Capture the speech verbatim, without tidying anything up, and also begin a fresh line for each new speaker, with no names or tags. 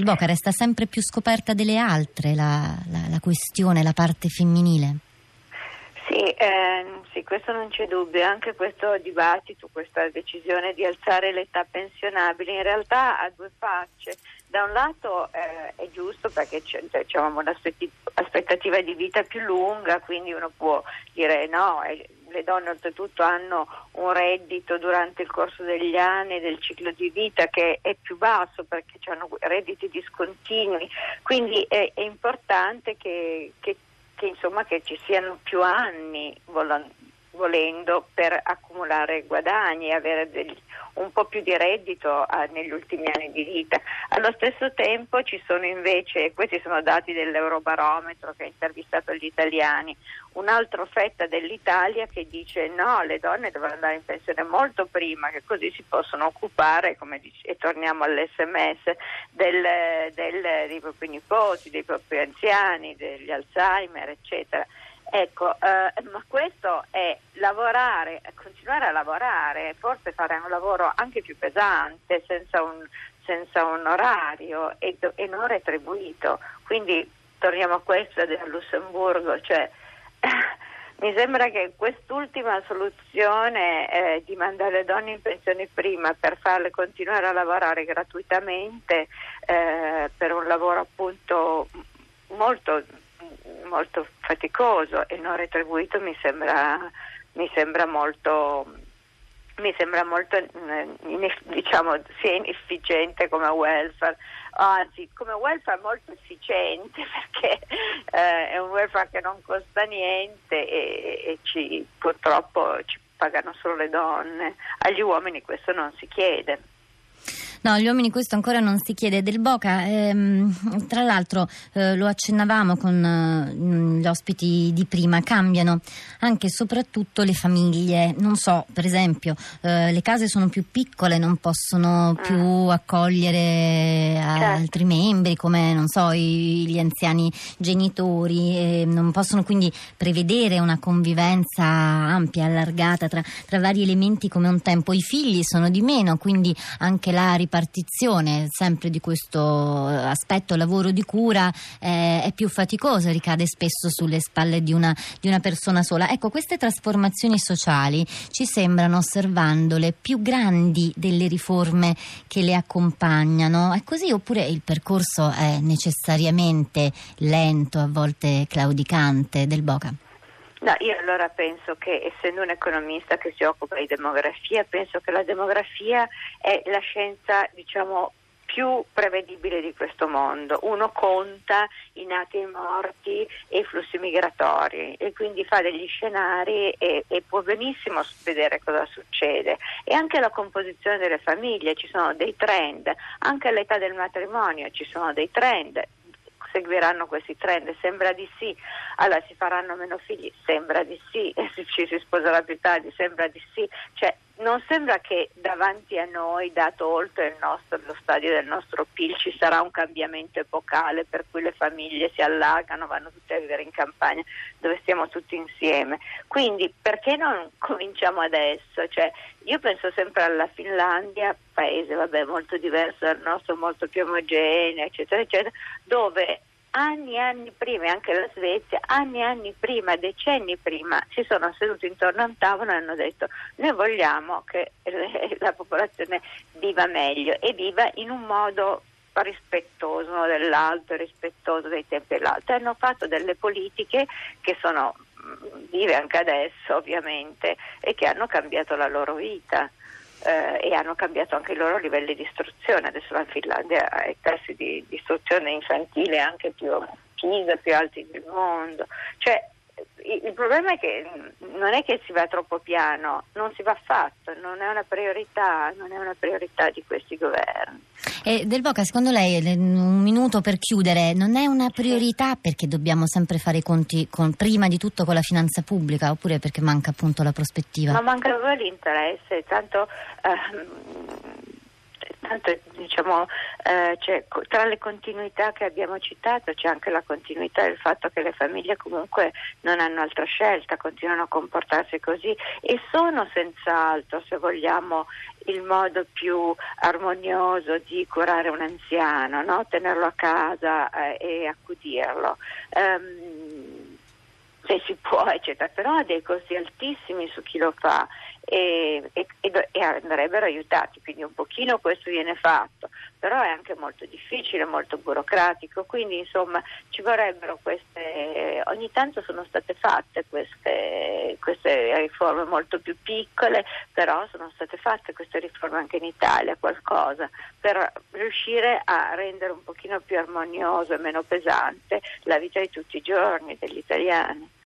Boca, resta sempre più scoperta delle altre la, la, la questione, la parte femminile?
Sì, eh, sì, questo non c'è dubbio. Anche questo dibattito, questa decisione di alzare l'età pensionabile in realtà ha due facce. Da un lato eh, è giusto perché c'è, c'è un'aspettativa di vita più lunga, quindi uno può dire no, eh, le donne oltretutto hanno un reddito durante il corso degli anni del ciclo di vita che è più basso perché hanno redditi discontinui, quindi è, è importante che, che che insomma che ci siano più anni vol- volendo per accumulare guadagni e avere degli, un po' più di reddito eh, negli ultimi anni di vita. Allo stesso tempo ci sono invece, questi sono dati dell'Eurobarometro che ha intervistato gli italiani, un'altra fetta dell'Italia che dice no, le donne devono andare in pensione molto prima, che così si possono occupare, come dice, e torniamo all'esse emme esse, del, del, dei propri nipoti, dei propri anziani, degli Alzheimer, eccetera. Ecco, eh, ma questo è lavorare, continuare a lavorare, forse fare un lavoro anche più pesante, senza un, senza un orario e, e non retribuito. Quindi torniamo a questo del Lussemburgo, cioè mi sembra che quest'ultima soluzione eh, di mandare le donne in pensione prima per farle continuare a lavorare gratuitamente eh, per un lavoro appunto molto molto faticoso e non retribuito mi sembra mi sembra molto mi sembra molto ineff- diciamo sia inefficiente come welfare, anzi come welfare molto efficiente perché eh, è un welfare che non costa niente e, e ci purtroppo ci pagano solo le donne, agli uomini questo non si chiede.
No, agli uomini questo ancora non si chiede. Del Boca, ehm, tra l'altro eh, lo accennavamo con eh, gli ospiti di prima, cambiano anche e soprattutto le famiglie. Non so, per esempio, eh, le case sono più piccole, non possono più accogliere altri membri come, non so, i, gli anziani genitori, eh, non possono quindi prevedere una convivenza ampia, allargata tra, tra vari elementi come un tempo. I figli sono di meno, quindi anche la ripartizione sempre di questo aspetto lavoro di cura eh, è più faticosa, ricade spesso sulle spalle di una, di una persona sola. Ecco, queste trasformazioni sociali ci sembrano, osservandole, più grandi delle riforme che le accompagnano. È così oppure il percorso è necessariamente lento, a volte claudicante? Del Boca?
No, io allora penso che, essendo un economista che si occupa di demografia, penso che la demografia è la scienza, diciamo, più prevedibile di questo mondo. Uno conta i nati e i morti e i flussi migratori e quindi fa degli scenari e, e può benissimo vedere cosa succede. E anche la composizione delle famiglie, ci sono dei trend, anche all'età del matrimonio ci sono dei trend. Seguiranno questi trend? Sembra di sì. Allora si faranno meno figli? Sembra di sì. Ci si sposerà più tardi? Sembra di sì. Cioè non sembra che davanti a noi, dato oltre il nostro, lo stadio del nostro P I L, ci sarà un cambiamento epocale per cui le famiglie si allargano, vanno tutte a vivere in campagna dove stiamo tutti insieme. Quindi perché non cominciamo adesso? Cioè io penso sempre alla Finlandia, paese vabbè molto diverso dal nostro, molto più omogeneo, eccetera, eccetera, dove anni e anni prima, e anche la Svezia, anni e anni prima, decenni prima, si sono seduti intorno a un tavolo e hanno detto noi vogliamo che la popolazione viva meglio e viva in un modo rispettoso uno dell'altro, rispettoso dei tempi dell'altro. Hanno fatto delle politiche che sono vive anche adesso ovviamente e che hanno cambiato la loro vita. Eh, e hanno cambiato anche i loro livelli di istruzione. Adesso la Finlandia ha i tassi di, di istruzione infantile anche più Pisa, più alti del mondo. Cioè il, il problema è che non è che si va troppo piano, non si va fatto, non è una priorità, non è una priorità di questi governi.
E Del Boca, secondo lei, un minuto per chiudere, non è una priorità perché dobbiamo sempre fare i conti con, prima di tutto con la finanza pubblica, oppure perché manca appunto la prospettiva?
Ma manca proprio l'interesse, tanto ehm, Tanto, diciamo, eh, c'è, tra le continuità che abbiamo citato c'è anche la continuità del fatto che le famiglie comunque non hanno altra scelta, continuano a comportarsi così e sono senz'altro, se vogliamo, il modo più armonioso di curare un anziano, no? Tenerlo a casa eh, e accudirlo. Um, se si può, eccetera, però ha dei costi altissimi su chi lo fa e, e, e andrebbero aiutati, quindi un pochino questo viene fatto, però è anche molto difficile, molto burocratico, quindi insomma ci vorrebbero queste, ogni tanto sono state fatte queste, queste riforme molto più piccole, però sono state fatte queste riforme anche in Italia, qualcosa, per riuscire a rendere un pochino più armonioso e meno pesante la vita di tutti i giorni degli italiani.